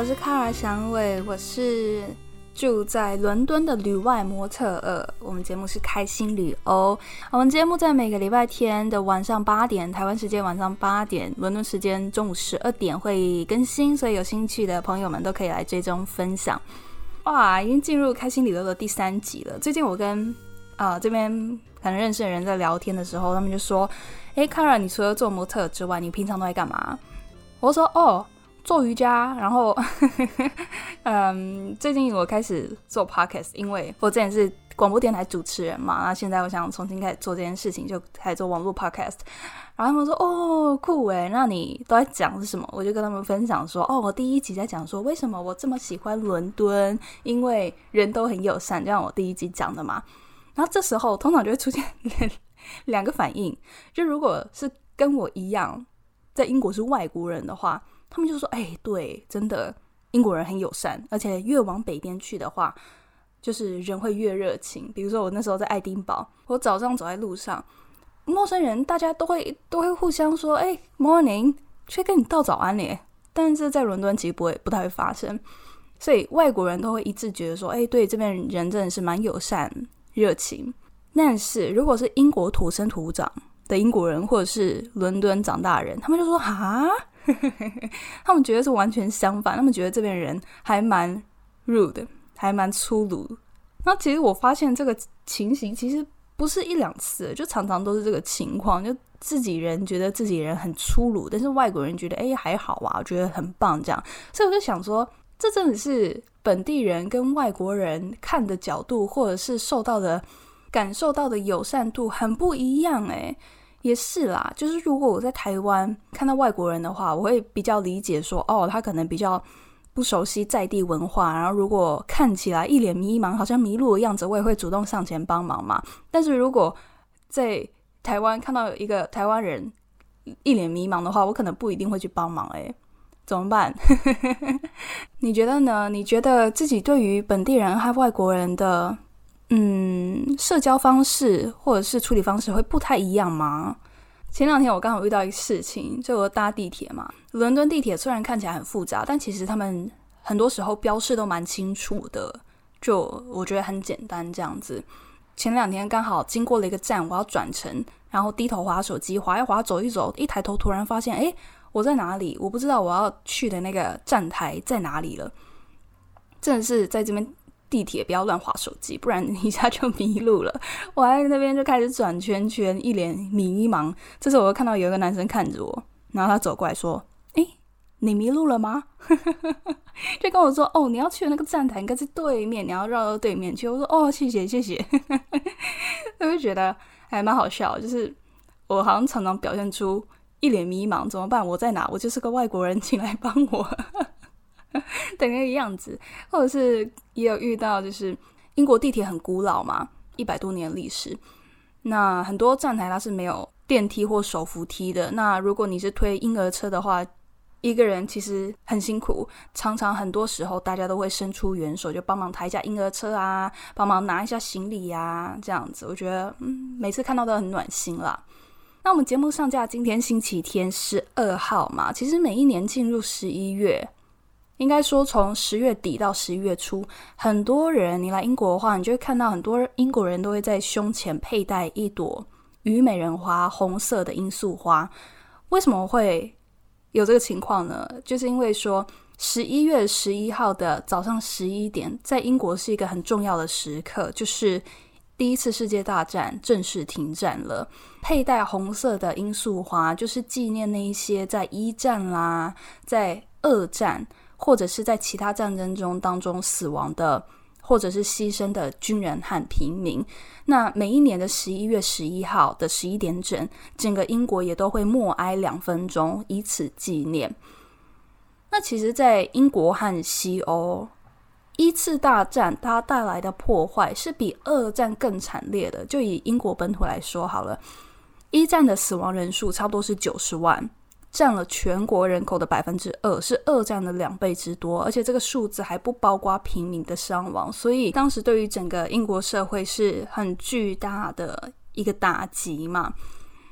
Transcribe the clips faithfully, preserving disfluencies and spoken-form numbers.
是卡尔祥伟，我是住在伦敦的旅外模特儿。我们节目是开心旅欧，我们节目在每个礼拜天的晚上八点，台湾时间晚上八点，伦敦时间中午十二点会更新，所以有兴趣的朋友们都可以来追踪分享。哇，已经进入开心旅欧的第三集了。最近我跟呃这边可能认识的人在聊天的时候，他们就说：“哎，卡尔，你除了做模特之外，你平常都在干嘛？”我说：“哦。”做瑜伽，然后嗯，最近我开始做 podcast， 因为我之前是广播电台主持人嘛，那现在我想重新开始做这件事情，就开始做网络 podcast。然后他们说：“哦，酷耶，那你都在讲是什么？”我就跟他们分享说：“哦，我第一集在讲说为什么我这么喜欢伦敦，因为人都很友善，就像我第一集讲的嘛。”然后这时候通常就会出现两个反应，就如果是跟我一样在英国是外国人的话，他们就说：“哎、欸，对，真的，英国人很友善，而且越往北边去的话，就是人会越热情。比如说我那时候在爱丁堡，我早上走在路上，陌生人大家都会都会互相说：‘哎、欸、，morning’， 却跟你道早安耶。但是在伦敦其实不会不太会发生，所以外国人都会一致觉得说：‘哎、欸，对，这边人真的是蛮友善、热情。’但是如果是英国土生土长的英国人，或者是伦敦长大的人，他们就说：‘哈’。”他们觉得是完全相反，他们觉得这边人还蛮 rude， 还蛮粗鲁。那其实我发现这个情形其实不是一两次，就常常都是这个情况，就自己人觉得自己人很粗鲁，但是外国人觉得哎还好啊，我觉得很棒这样。所以我就想说，这真的是本地人跟外国人看的角度，或者是受到的感受到的友善度很不一样哎。也是啦，就是如果我在台湾看到外国人的话，我会比较理解说，哦，他可能比较不熟悉在地文化，然后如果看起来一脸迷茫，好像迷路的样子，我也会主动上前帮忙嘛。但是如果在台湾看到一个台湾人一脸迷茫的话，我可能不一定会去帮忙诶，怎么办？你觉得呢？你觉得自己对于本地人和外国人的嗯，社交方式或者是处理方式会不太一样吗？前两天我刚好遇到一个事情，就我搭地铁嘛，伦敦地铁虽然看起来很复杂，但其实他们很多时候标示都蛮清楚的，就我觉得很简单这样子。前两天刚好经过了一个站，我要转乘，然后低头滑手机，滑一滑走一走，一抬头突然发现，诶，我在哪里？我不知道我要去的那个站台在哪里了，真的是在这边地铁不要乱滑手机，不然一下就迷路了。我在那边就开始转圈圈，一脸迷茫。这时候我又看到有一个男生看着我，然后他走过来说：“诶，你迷路了吗？”就跟我说：“哦，你要去的那个站台应该是对面，你要绕到对面去。”我说：“哦，谢谢谢谢。”我就觉得还蛮好笑，就是我好像常常表现出一脸迷茫，怎么办？我在哪？我就是个外国人，请来帮我。等那个样子。或者是也有遇到，就是英国地铁很古老嘛，一百多年历史，那很多站台它是没有电梯或手扶梯的，那如果你是推婴儿车的话，一个人其实很辛苦，常常很多时候大家都会伸出援手，就帮忙抬一下婴儿车啊，帮忙拿一下行李啊，这样子我觉得嗯，每次看到都很暖心啦。那我们节目上架今天星期天十二号嘛，其实每一年进入十一月，应该说从十月底到十一月初，很多人你来英国的话，你就会看到很多英国人都会在胸前佩戴一朵虞美人花，红色的罂粟花。为什么会有这个情况呢？就是因为说十一月十一号的早上十一点，在英国是一个很重要的时刻，就是第一次世界大战正式停战了。佩戴红色的罂粟花就是纪念那一些在一战啦，在二战或者是在其他战争中当中死亡的，或者是牺牲的军人和平民。那每一年的十一月十一号的十一点整，整个英国也都会默哀两分钟，以此纪念。那其实在英国和西欧，一次大战它带来的破坏是比二战更惨烈的。就以英国本土来说好了，一战的死亡人数差不多是九十万，占了全国人口的 百分之二， 是二战的两倍之多，而且这个数字还不包括平民的伤亡，所以当时对于整个英国社会是很巨大的一个打击嘛。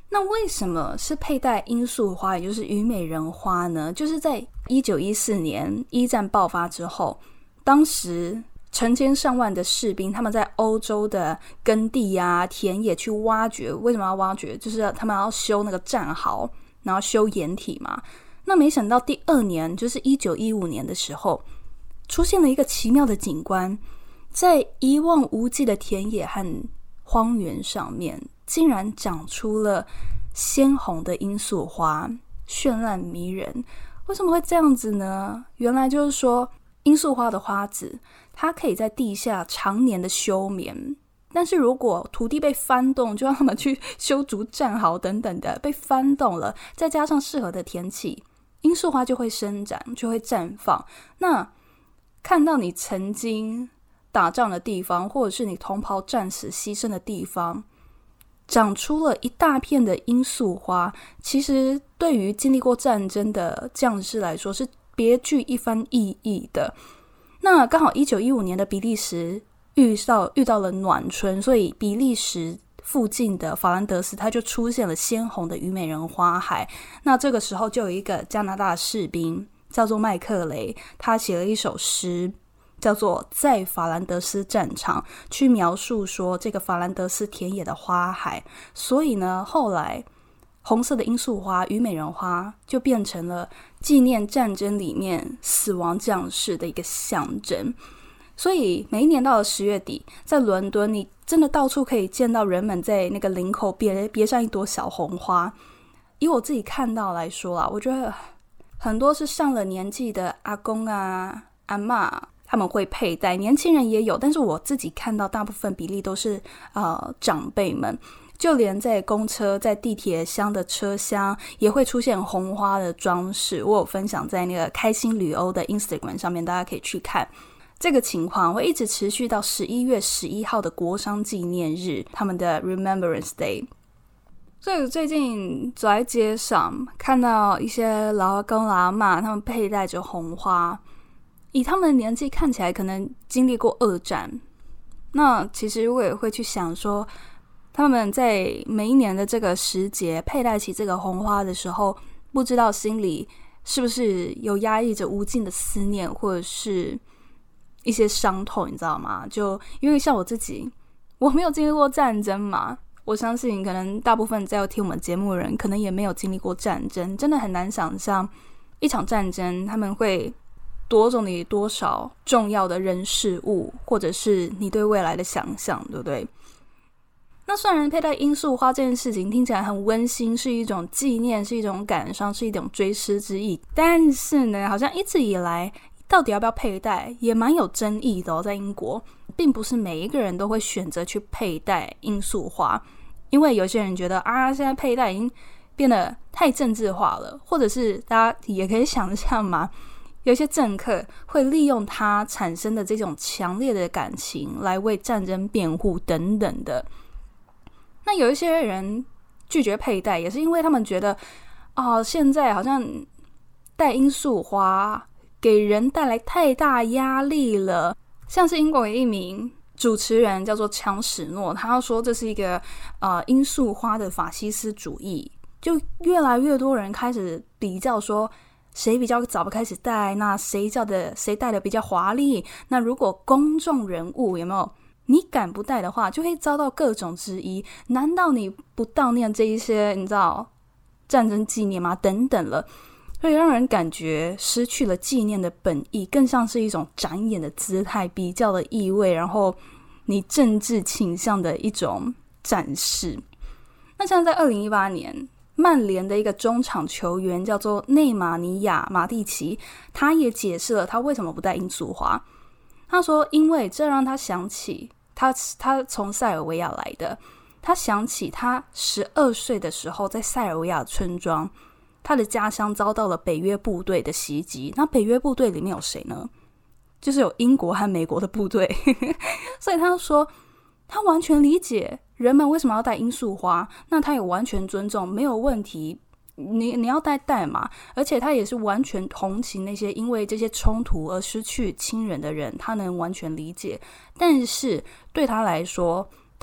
那为什么是佩戴罂粟花，也就是虞美人花呢？就是在一九一四年一战爆发之后，当时成千上万的士兵，他们在欧洲的耕地啊、田野去挖掘。为什么要挖掘？就是他们要修那个战壕，然后修掩体嘛。那没想到第二年，就是一九一五年的时候，出现了一个奇妙的景观，在一望无际的田野和荒原上面，竟然长出了鲜红的罂粟花，绚烂迷人。为什么会这样子呢？原来就是说，罂粟花的花籽它可以在地下常年的休眠，但是如果土地被翻动，就让他们去修筑战壕等等的，被翻动了，再加上适合的天气，罂粟花就会生长，就会绽放。那看到你曾经打仗的地方，或者是你同袍战死牺牲的地方，长出了一大片的罂粟花，其实对于经历过战争的将士来说是别具一番意义的。那刚好一九一五年的比利时遇到遇到了暖春，所以比利时附近的法兰德斯它就出现了鲜红的虞美人花海。那这个时候就有一个加拿大的士兵叫做麦克雷，他写了一首诗叫做《在法兰德斯战场》，去描述说这个法兰德斯田野的花海。所以呢，后来红色的罂粟花虞美人花就变成了纪念战争里面死亡将士的一个象征。所以每一年到了十月底，在伦敦你真的到处可以见到人们在那个领口别别上一朵小红花。以我自己看到来说啦，我觉得很多是上了年纪的阿公啊阿嬷他们会佩戴，年轻人也有，但是我自己看到大部分比例都是呃长辈们。就连在公车在地铁厢的车厢也会出现红花的装饰，我有分享在那个开心旅欧的 Instagram 上面，大家可以去看。这个情况会一直持续到十一月十一号的国殇纪念日，他们的 Remembrance Day。 所以我最近走在街上看到一些老阿公老阿嬷，他们佩戴着红花，以他们的年纪看起来可能经历过二战。那其实我也会去想说，他们在每一年的这个时节佩戴起这个红花的时候，不知道心里是不是有压抑着无尽的思念，或者是一些伤痛，你知道吗？就因为像我自己，我没有经历过战争嘛，我相信可能大部分在要听我们节目的人可能也没有经历过战争，真的很难想象一场战争他们会夺走你多少重要的人事物，或者是你对未来的想象，对不对？那虽然佩戴罂粟花这件事情听起来很温馨，是一种纪念，是一种感伤，是一种追思之意，但是呢，好像一直以来到底要不要佩戴也蛮有争议的哦。在英国并不是每一个人都会选择去佩戴罂粟花，因为有些人觉得啊，现在佩戴已经变得太政治化了，或者是大家也可以想象嘛，有些政客会利用它产生的这种强烈的感情来为战争辩护等等的。那有一些人拒绝佩戴，也是因为他们觉得哦，现在好像戴罂粟花给人带来太大压力了。像是英国有一名主持人叫做强史诺，他说这是一个呃罂粟花的法西斯主义，就越来越多人开始比较说谁比较早开始戴，那谁叫的谁戴的比较华丽。那如果公众人物有没有你敢不戴的话，就会遭到各种质疑。难道你不悼念这一些你知道战争纪念吗？等等了，所以让人感觉失去了纪念的本意，更像是一种展演的姿态、比较的意味，然后你政治倾向的一种展示。那像在二零一八年，曼联的一个中场球员叫做内马尼亚马蒂奇，他也解释了他为什么不戴罂粟花。他说因为这让他想起他他从塞尔维亚来的，他想起他十二岁的时候在塞尔维亚村庄，他的家乡遭到了北约部队的袭击。那北约部队里面有谁呢？就是有英国和美国的部队所以他说他完全理解人们为什么要戴罂粟花，那他也完全尊重，没有问题，你你要戴戴嘛。而且他也是完全同情那些因为这些冲突而失去亲人的人，他能完全理解。但是对他来说，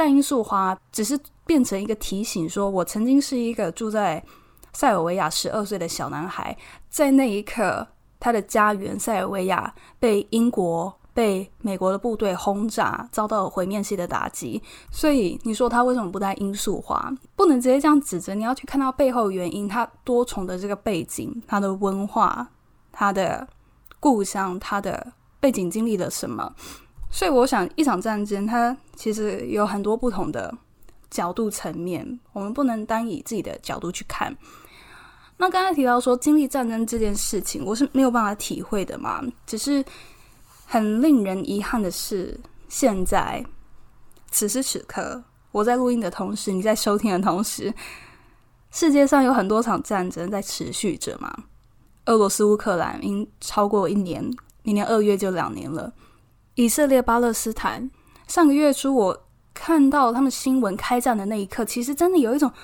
淡罂粟花只是变成一个提醒，说我曾经是一个住在塞尔维亚十二岁的小男孩，在那一刻他的家园塞尔维亚被英国被美国的部队轰炸，遭到毁灭性的打击。所以你说他为什么不带罂粟花，不能直接这样指责，你要去看到背后原因，他多重的这个背景，他的文化，他的故乡，他的背景经历了什么。所以我想一场战争它其实有很多不同的角度层面，我们不能单以自己的角度去看。那刚才提到说经历战争这件事情我是没有办法体会的嘛，只是很令人遗憾的是，现在此时此刻我在录音的同时，你在收听的同时，世界上有很多场战争在持续着嘛。俄罗斯乌克兰已经超过一年，明年二月就两年了。以色列巴勒斯坦，上个月初我看到他们新闻开战的那一刻，其实真的有一种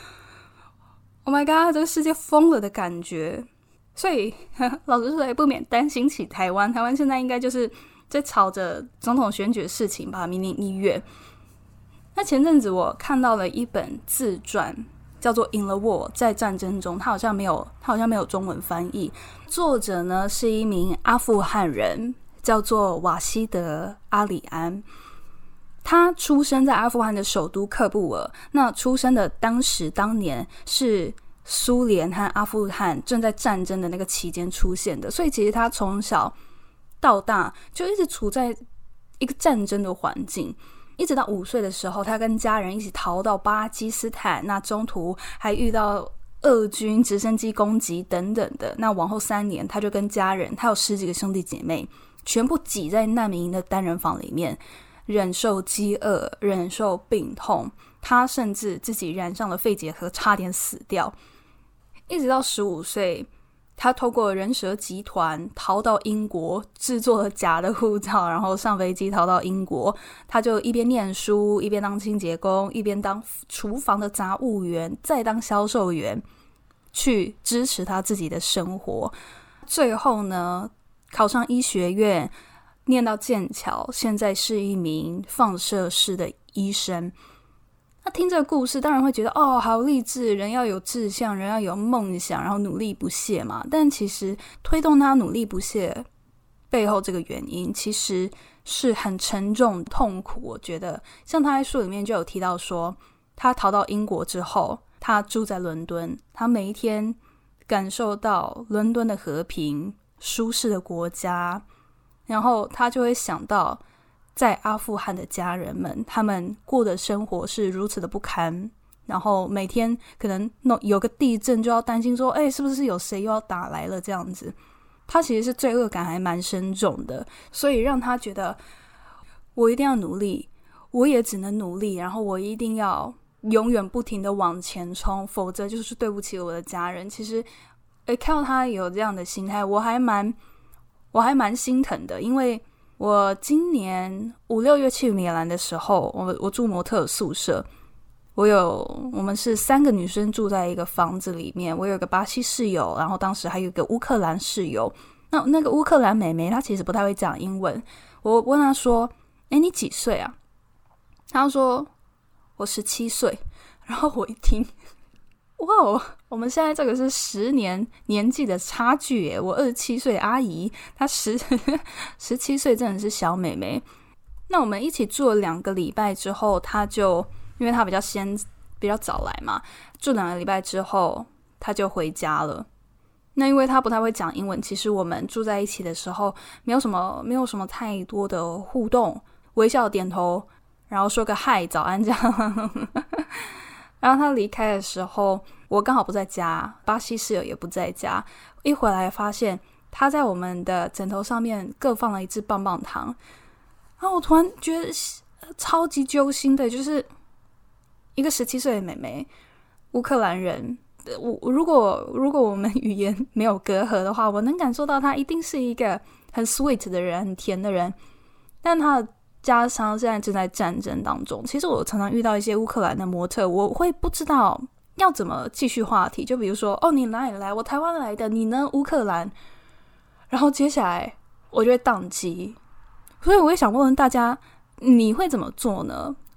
Oh my god 这个世界疯了的感觉。所以老实说也不免担心起台湾，台湾现在应该就是在吵着总统选举的事情吧，明年一月。那前阵子我看到了一本自传叫做 In the War， 在战争中，他好像没有他好像没有中文翻译。作者呢是一名阿富汗人，叫做瓦希德阿里安。他出生在阿富汗的首都喀布尔，那出生的当时当年是苏联和阿富汗正在战争的那个期间出现的，所以其实他从小到大就一直处在一个战争的环境，一直到五岁的时候，他跟家人一起逃到巴基斯坦，那中途还遇到俄军直升机攻击等等的。那往后三年，他就跟家人，他有十几个兄弟姐妹，全部挤在难民营的单人房里面，忍受饥饿，忍受病痛，他甚至自己染上了肺结核，差点死掉。一直到十五岁，他透过人蛇集团逃到英国，制作了假的护照，然后上飞机逃到英国。他就一边念书，一边当清洁工，一边当厨房的杂物员，再当销售员，去支持他自己的生活。最后呢，考上医学院，念到剑桥，现在是一名放射室的医生。那听这个故事当然会觉得哦，好励志，人要有志向，人要有梦想，然后努力不懈嘛。但其实推动他努力不懈背后这个原因其实是很沉重痛苦。我觉得像他在书里面就有提到说，他逃到英国之后，他住在伦敦，他每一天感受到伦敦的和平舒适的国家，然后他就会想到在阿富汗的家人们，他们过的生活是如此的不堪，然后每天可能有个地震就要担心说，哎，是不是有谁又要打来了这样子。他其实是罪恶感还蛮深重的，所以让他觉得我一定要努力，我也只能努力，然后我一定要永远不停的往前冲，否则就是对不起我的家人。其实诶看到他有这样的心态，我还蛮我还蛮心疼的。因为我今年五六月去米兰的时候，我我住模特宿舍，我有我们是三个女生住在一个房子里面，我有一个巴西室友，然后当时还有一个乌克兰室友。那那个乌克兰妹妹她其实不太会讲英文，我问她说，诶你几岁啊？她说我十七岁。然后我一听，哇，我们现在这个是十年年纪的差距耶！我二十七岁阿姨，她十十七岁，真的是小妹妹。那我们一起住了两个礼拜之后，她就因为她比较先比较早来嘛，住两个礼拜之后，她就回家了。那因为她不太会讲英文，其实我们住在一起的时候，没有什么没有什么太多的互动，微笑点头，然后说个嗨早安这样。然后他离开的时候，我刚好不在家，巴西室友也不在家。一回来发现他在我们的枕头上面各放了一支棒棒糖，然后我突然觉得超级揪心的，就是一个十七岁的妹妹，乌克兰人。我如果如果我们语言没有隔阂的话，我能感受到他一定是一个很 sweet 的人，很甜的人，但他的加上现在正在战争当中。其实我常常遇到一些乌克兰的模特，我会不知道要怎么继续话题，就比如说哦你哪里来，我台湾来的，你呢乌克兰，然后接下来我就会宕机。所以我也想问问大家，你会怎么做呢？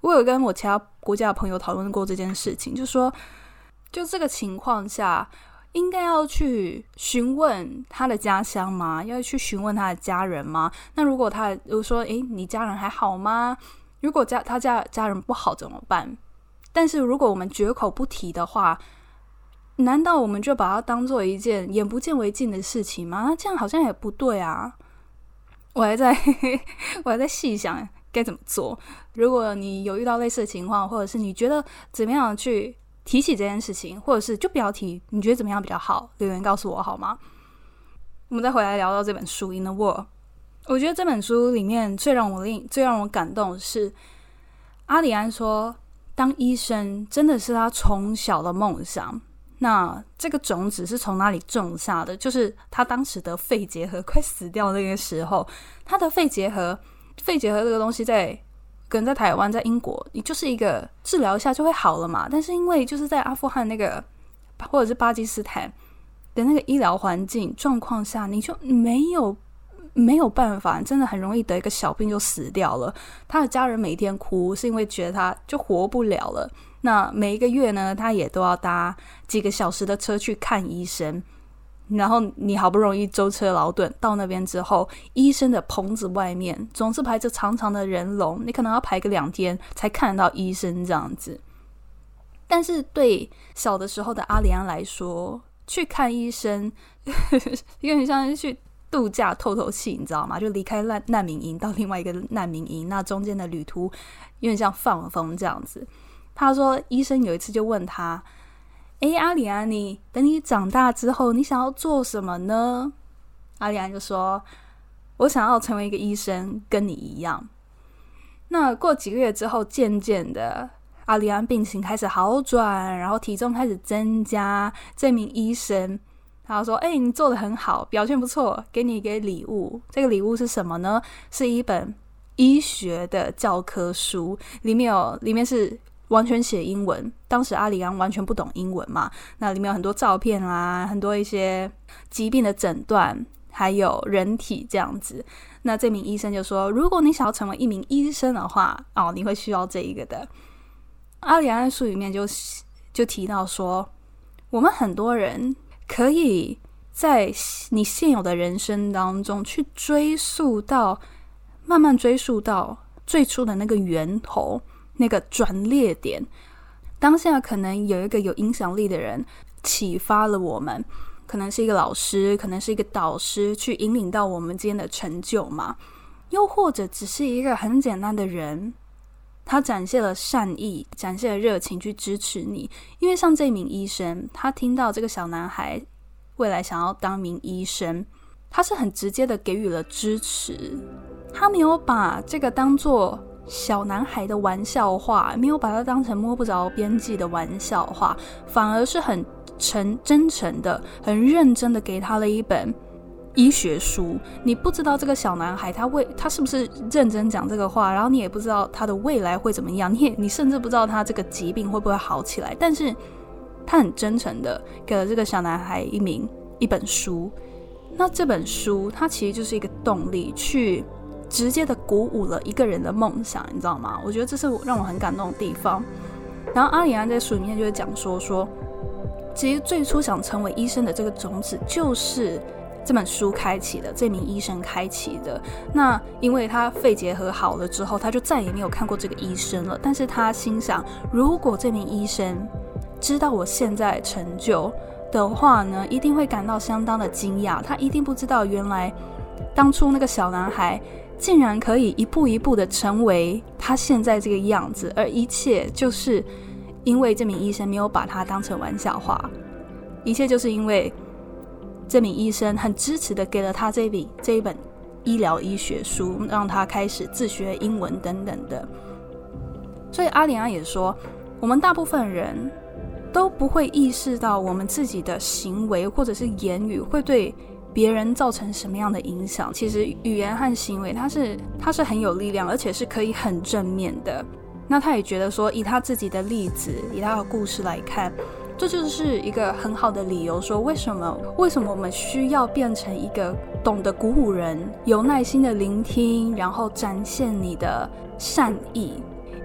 我有跟我其他国家的朋友讨论过这件事情，就说就这个情况下应该要去询问他的家乡吗？要去询问他的家人吗？那如果他如果说诶你家人还好吗？如果家他家家人不好怎么办？但是如果我们绝口不提的话，难道我们就把它当做一件眼不见为净的事情吗？那这样好像也不对啊。我还在我还在细想该怎么做。如果你有遇到类似的情况，或者是你觉得怎么样去提起这件事情，或者是就不要提，你觉得怎么样比较好，留言告诉我好吗？我们再回来聊到这本书 In the World， 我觉得这本书里面最让我最让我感动的是阿里安说当医生真的是他从小的梦想。那这个种子是从哪里种下的？就是他当时得肺结核快死掉那个时候，他的肺结核肺结核这个东西在可能在台湾在英国你就是一个治疗一下就会好了嘛，但是因为就是在阿富汗那个或者是巴基斯坦的那个医疗环境状况下，你就没有没有办法，真的很容易得一个小病就死掉了。他的家人每天哭是因为觉得他就活不了了。那每一个月呢，他也都要搭几个小时的车去看医生，然后你好不容易舟车劳顿到那边之后，医生的棚子外面总是排着长长的人龙，你可能要排个两天才看得到医生这样子。但是对小的时候的阿里安来说，去看医生有点像是去度假透透气，你知道吗？就离开难民营到另外一个难民营，那中间的旅途有点像放风这样子。他说医生有一次就问他，诶阿里安，你等你长大之后你想要做什么呢？阿里安就说我想要成为一个医生，跟你一样。那过几个月之后，渐渐的阿里安病情开始好转，然后体重开始增加。这名医生他说诶你做得很好，表现不错，给你一个礼物。这个礼物是什么呢？是一本医学的教科书，里面有里面是完全写英文，当时阿里安完全不懂英文嘛，那里面有很多照片啦，很多一些疾病的诊断，还有人体这样子。那这名医生就说如果你想要成为一名医生的话，哦，你会需要这一个的。阿里安的书里面就就提到说，我们很多人可以在你现有的人生当中去追溯到慢慢追溯到最初的那个源头，那个转捩点。当下可能有一个有影响力的人启发了我们，可能是一个老师，可能是一个导师，去引领到我们今天的成就嘛。又或者只是一个很简单的人，他展现了善意，展现了热情去支持你。因为像这名医生，他听到这个小男孩未来想要当名医生，他是很直接的给予了支持，他没有把这个当作小男孩的玩笑话，没有把它当成摸不着边际的玩笑话，反而是很诚真诚的很认真的给他了一本医学书。你不知道这个小男孩他为他是不是认真讲这个话，然后你也不知道他的未来会怎么样，你也你甚至不知道他这个疾病会不会好起来，但是他很真诚的给了这个小男孩一名一本书。那这本书它其实就是一个动力，去直接的鼓舞了一个人的梦想，你知道吗？我觉得这是让我很感动的地方。然后阿里安在书里面就会讲说说其实最初想成为医生的这个种子就是这本书开启的，这名医生开启的。那因为他肺结核好了之后，他就再也没有看过这个医生了，但是他心想，如果这名医生知道我现在成就的话呢，一定会感到相当的惊讶。他一定不知道原来当初那个小男孩竟然可以一步一步的成为他现在这个样子，而一切就是因为这名医生没有把他当成玩笑话，一切就是因为这名医生很支持的给了他这笔这一本医疗医学书，让他开始自学英文等等的。所以阿里安也说，我们大部分人都不会意识到我们自己的行为或者是言语会对别人造成什么样的影响。其实语言和行为它是它是很有力量，而且是可以很正面的。那他也觉得说，以他自己的例子，以他的故事来看，这就是一个很好的理由，说为什么为什么我们需要变成一个懂得鼓舞人，有耐心的聆听，然后展现你的善意。因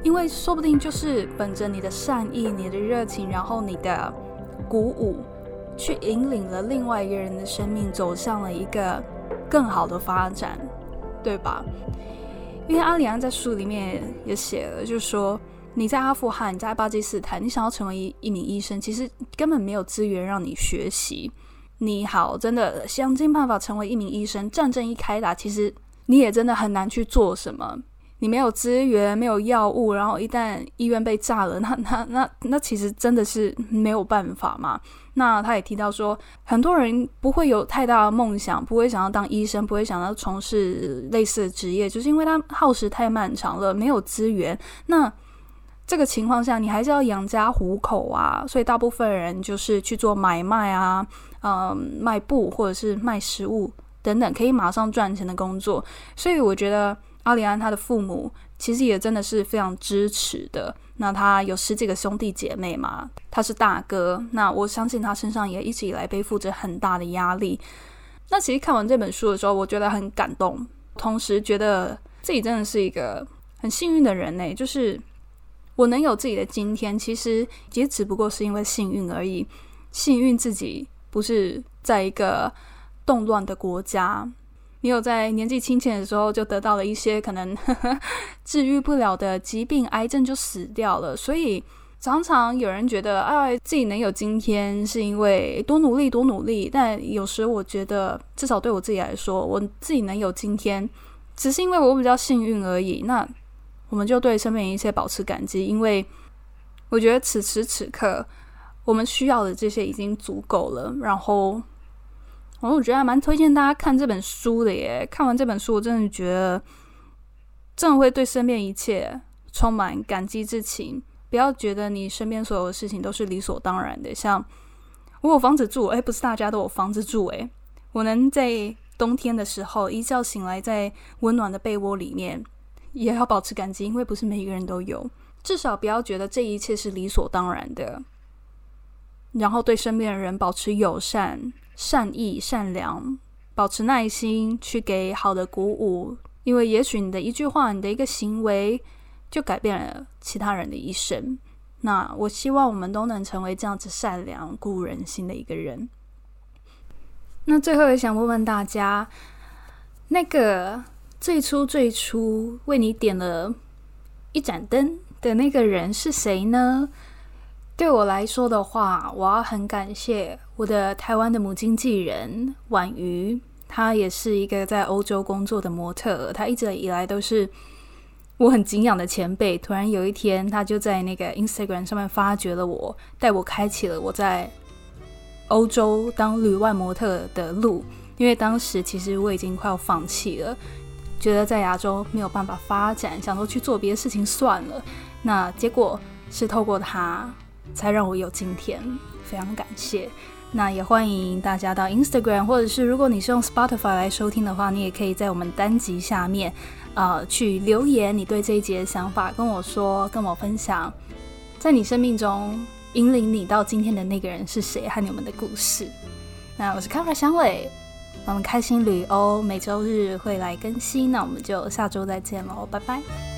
因为说不定就是本着你的善意、你的热情，然后你的鼓舞，去引领了另外一个人的生命走向了一个更好的发展，对吧？因为阿里安在书里面也写了，就是说你在阿富汗、你在巴基斯坦，你想要成为 一, 一名医生，其实根本没有资源让你学习。你好，真的想尽办法成为一名医生，战争一开打，其实你也真的很难去做什么。你没有资源，没有药物，然后一旦医院被炸了，那那那那其实真的是没有办法嘛。那他也提到说，很多人不会有太大的梦想，不会想要当医生，不会想要从事类似的职业，就是因为他耗时太漫长了，没有资源。那这个情况下，你还是要养家糊口啊，所以大部分人就是去做买卖啊，嗯，卖布或者是卖食物等等，可以马上赚钱的工作。所以我觉得阿里安他的父母其实也真的是非常支持的。那他有十几个兄弟姐妹嘛，他是大哥，那我相信他身上也一直以来背负着很大的压力。那其实看完这本书的时候，我觉得很感动，同时觉得自己真的是一个很幸运的人耶，就是我能有自己的今天，其实也只不过是因为幸运而已。幸运自己不是在一个动乱的国家，没有在年纪轻浅的时候就得到了一些可能呵呵治愈不了的疾病，癌症就死掉了。所以常常有人觉得哎，自己能有今天是因为多努力多努力，但有时我觉得至少对我自己来说，我自己能有今天只是因为我比较幸运而已。那我们就对身边一切保持感激，因为我觉得此时此刻我们需要的这些已经足够了。然后我觉得还蛮推荐大家看这本书的耶，看完这本书我真的觉得真的会对身边一切充满感激之情。不要觉得你身边所有的事情都是理所当然的，像我有房子住，诶，不是大家都有房子住，诶，我能在冬天的时候一觉醒来在温暖的被窝里面，也要保持感激，因为不是每一个人都有。至少不要觉得这一切是理所当然的，然后对身边的人保持友善、善意、善良，保持耐心，去给好的鼓舞，因为也许你的一句话、你的一个行为就改变了其他人的一生。那我希望我们都能成为这样子善良、鼓舞人心的一个人。那最后也想问问大家，那个最初最初为你点了一盏灯的那个人是谁呢？对我来说的话，我要很感谢我的台湾的母经纪人婉瑜，她也是一个在欧洲工作的模特，她一直以来都是我很敬仰的前辈。突然有一天，她就在那个 Instagram 上面发掘了我，带我开启了我在欧洲当旅外模特的路。因为当时其实我已经快要放弃了，觉得在亚洲没有办法发展，想说去做别的事情算了。那结果是透过他才让我有今天，非常感谢。那也欢迎大家到 Instagram， 或者是如果你是用 Spotify 来收听的话，你也可以在我们单集下面呃，去留言你对这一集的想法，跟我说，跟我分享在你生命中引领你到今天的那个人是谁和你们的故事。那我是卡卡香伟，我们开心旅欧每周日会来更新，那我们就下周再见咯，拜拜。